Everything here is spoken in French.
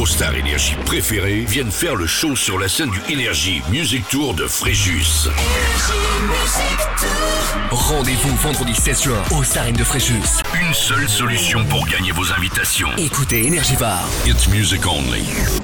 vos stars énergie préférées viennent faire le show sur la scène du Energy Music Tour de Fréjus. Rendez-vous vendredi 16 juin au Starine de Fréjus. Une seule solution pour gagner vos invitations. Écoutez Energy Var. It's music only.